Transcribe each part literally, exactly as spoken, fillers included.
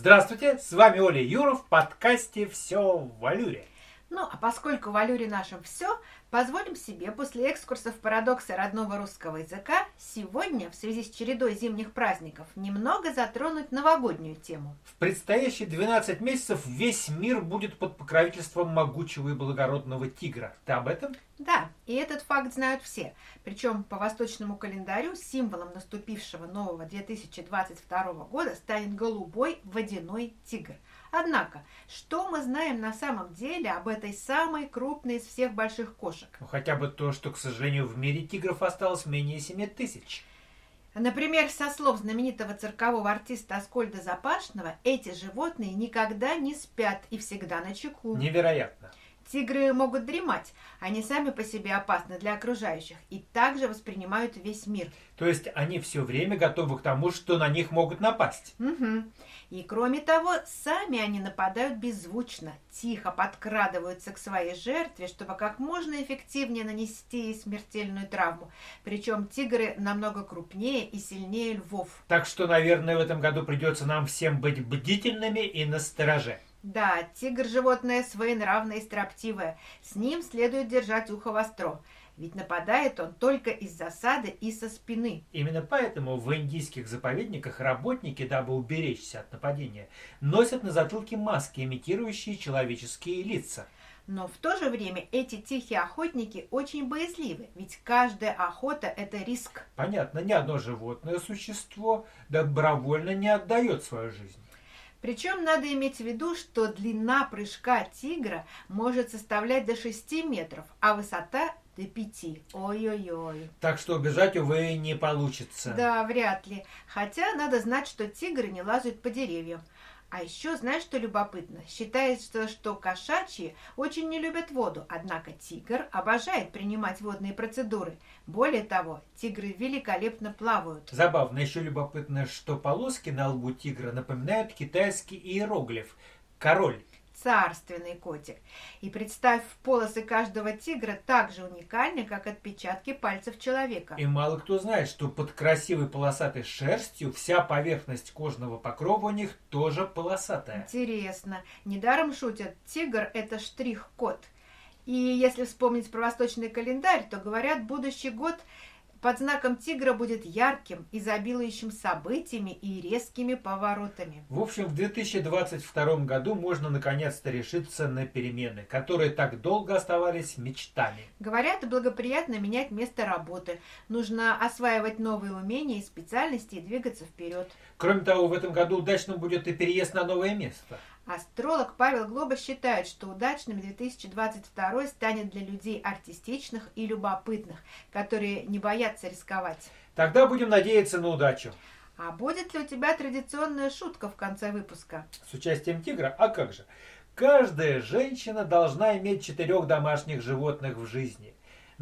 Здравствуйте, с вами Оля Юров в подкасте «Все в Алюре». Ну, а поскольку в Алюре нашем все, позволим себе после экскурсов парадокса родного русского языка сегодня, в связи с чередой зимних праздников, немного затронуть новогоднюю тему. В предстоящие двенадцать месяцев весь мир будет под покровительством могучего и благородного тигра. Ты об этом? Да, и этот факт знают все. Причем по восточному календарю символом наступившего нового две тысячи двадцать второго года станет голубой водяной тигр. Однако, что мы знаем на самом деле об этой самой крупной из всех больших кошек? Ну, хотя бы то, что, к сожалению, в мире тигров осталось менее семи тысяч. Например, со слов знаменитого циркового артиста Аскольда Запашного, эти животные никогда не спят и всегда начеку. Невероятно. Тигры могут дремать, они сами по себе опасны для окружающих и также воспринимают весь мир. То есть они все время готовы к тому, что на них могут напасть. Угу. И кроме того, сами они нападают беззвучно, тихо подкрадываются к своей жертве, чтобы как можно эффективнее нанести ей смертельную травму. Причем тигры намного крупнее и сильнее львов. Так что, наверное, в этом году придется нам всем быть бдительными и настороже. Да, тигр – животное своенравное и строптивое. С ним следует держать ухо востро. Ведь нападает он только из засады и со спины. Именно поэтому в индийских заповедниках работники, дабы уберечься от нападения, носят на затылке маски, имитирующие человеческие лица. Но в то же время эти тихие охотники очень боязливы, ведь каждая охота – это риск. Понятно, ни одно животное существо добровольно не отдает свою жизнь. Причем надо иметь в виду, что длина прыжка тигра может составлять до шести метров, а высота до пяти. Ой-ой-ой. Так что убежать, увы, не получится. Да, вряд ли. Хотя надо знать, что тигры не лазают по деревьям. А еще, знаешь, что любопытно? Считается, что кошачьи очень не любят воду, однако тигр обожает принимать водные процедуры. Более того, тигры великолепно плавают. Забавно, еще любопытно, что полоски на лбу тигра напоминают китайский иероглиф «король». Царственный котик. И представь, полосы каждого тигра так же уникальны, как отпечатки пальцев человека. И мало кто знает, что под красивой полосатой шерстью вся поверхность кожного покрова у них тоже полосатая. Интересно. Недаром шутят, тигр – это штрих-код. И если вспомнить про восточный календарь, то говорят, будущий год под знаком тигра будет ярким, изобилующим событиями и резкими поворотами. В общем, в две тысячи двадцать втором году можно наконец-то решиться на перемены, которые так долго оставались мечтами. Говорят, благоприятно менять место работы. Нужно осваивать новые умения и специальности и двигаться вперед. Кроме того, в этом году удачным будет и переезд на новое место. Астролог Павел Глоба считает, что удачным две тысячи двадцать второй станет для людей артистичных и любопытных, которые не боятся рисковать. Тогда будем надеяться на удачу. А будет ли у тебя традиционная шутка в конце выпуска? С участием тигра? А как же? Каждая женщина должна иметь четырех домашних животных в жизни.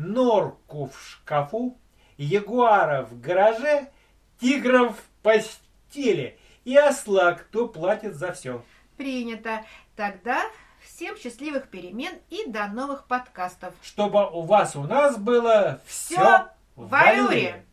Норку в шкафу, ягуара в гараже, тигра в постели и осла, кто платит за все. Принято. Тогда всем счастливых перемен и до новых подкастов. Чтобы у вас, у нас было все Все в в Алюре. Алюре.